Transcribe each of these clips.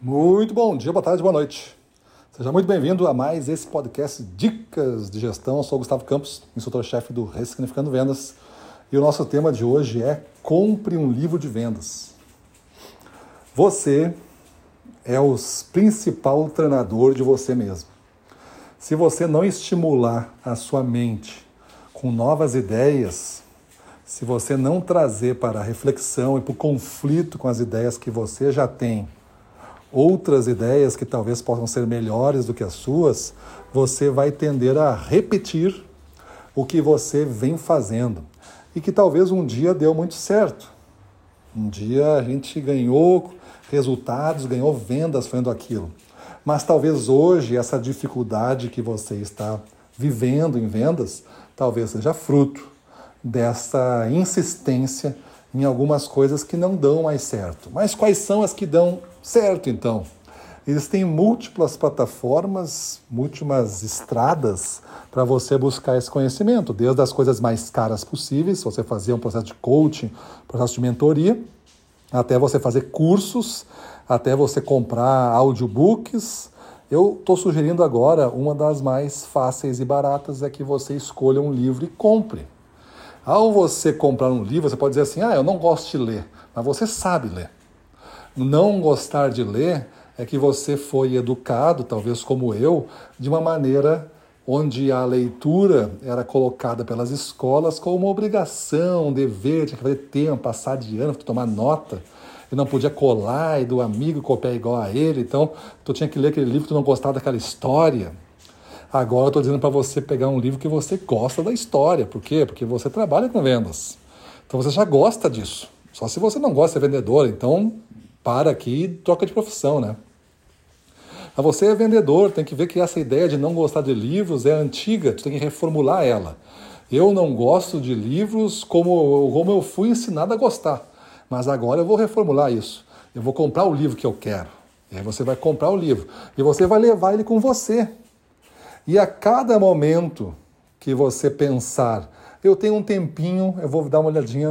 Muito bom dia, boa tarde, boa noite. Seja muito bem-vindo a mais esse podcast Dicas de Gestão. Eu sou o Gustavo Campos, instrutor-chefe do Ressignificando Vendas. E o nosso tema de hoje é Compre um livro de vendas. Você é o principal treinador de você mesmo. Se você não estimular a sua mente com novas ideias, se você não trazer para a reflexão e para o conflito com as ideias que você já tem, outras ideias que talvez possam ser melhores do que as suas, você vai tender a repetir o que você vem fazendo e que talvez um dia deu muito certo. Um dia a gente ganhou resultados, ganhou vendas fazendo aquilo. Mas talvez hoje essa dificuldade que você está vivendo em vendas, talvez seja fruto dessa insistência em algumas coisas que não dão mais certo. Mas quais são as que dão certo, então? Existem múltiplas plataformas, múltiplas estradas para você buscar esse conhecimento, desde as coisas mais caras possíveis, se você fazer um processo de coaching, processo de mentoria, até você fazer cursos, até você comprar audiobooks. Eu estou sugerindo agora, uma das mais fáceis e baratas é que você escolha um livro e compre. Ao você comprar um livro, você pode dizer assim, eu não gosto de ler, mas você sabe ler. Não gostar de ler é que você foi educado, talvez como eu, de uma maneira onde a leitura era colocada pelas escolas como uma obrigação, um dever, tinha que fazer tempo, passar de ano, tomar nota, e não podia colar e do amigo copiar igual a ele, então tu tinha que ler aquele livro que tu não gostava daquela história. Agora eu estou dizendo para você pegar um livro que você gosta da história. Por quê? Porque você trabalha com vendas. Então você já gosta disso. Só se você não gosta de ser vendedor, então para aqui e troca de profissão, né? Mas você é vendedor, tem que ver que essa ideia de não gostar de livros é antiga, tu tem que reformular ela. Eu não gosto de livros como eu fui ensinado a gostar. Mas agora eu vou reformular isso. Eu vou comprar o livro que eu quero. E aí você vai comprar o livro. E você vai levar ele com você. E a cada momento que você pensar, eu tenho um tempinho, eu vou dar uma olhadinha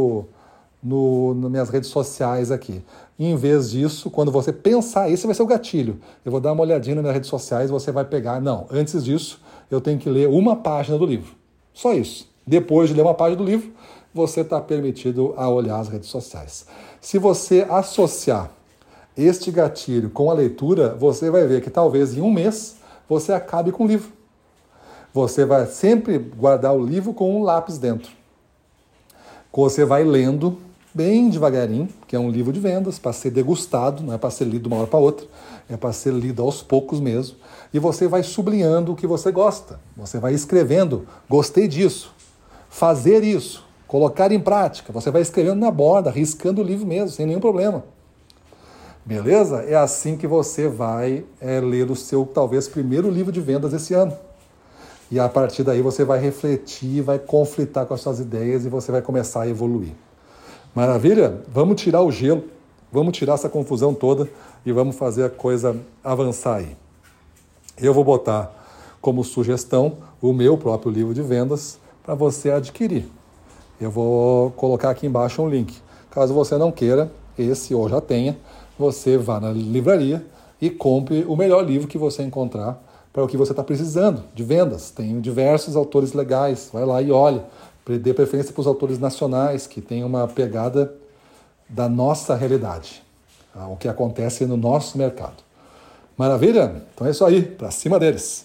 nas minhas redes sociais aqui. E em vez disso, quando você pensar, esse vai ser o gatilho. Eu vou dar uma olhadinha nas minhas redes sociais, você vai pegar, não, antes disso, eu tenho que ler uma página do livro. Só isso. Depois de ler uma página do livro, você está permitido a olhar as redes sociais. Se você associar este gatilho com a leitura, você vai ver que talvez em um mês, você acabe com o livro. Você vai sempre guardar o livro com um lápis dentro. Você vai lendo bem devagarinho, que é um livro de vendas, para ser degustado, não é para ser lido de uma hora para outra, é para ser lido aos poucos mesmo. E você vai sublinhando o que você gosta. Você vai escrevendo, gostei disso, fazer isso, colocar em prática. Você vai escrevendo na borda, riscando o livro mesmo, sem nenhum problema. Beleza? É assim que você vai ler o seu, talvez, primeiro livro de vendas esse ano. E a partir daí você vai refletir, vai conflitar com as suas ideias e você vai começar a evoluir. Maravilha? Vamos tirar o gelo, vamos tirar essa confusão toda e vamos fazer a coisa avançar aí. Eu vou botar como sugestão o meu próprio livro de vendas para você adquirir. Eu vou colocar aqui embaixo um link. Caso você não queira, esse ou já tenha, você vá na livraria e compre o melhor livro que você encontrar para o que você está precisando de vendas. Tem diversos autores legais, vai lá e olha. Dê preferência para os autores nacionais, que têm uma pegada da nossa realidade, o que acontece no nosso mercado. Maravilha? Então é isso aí, para cima deles.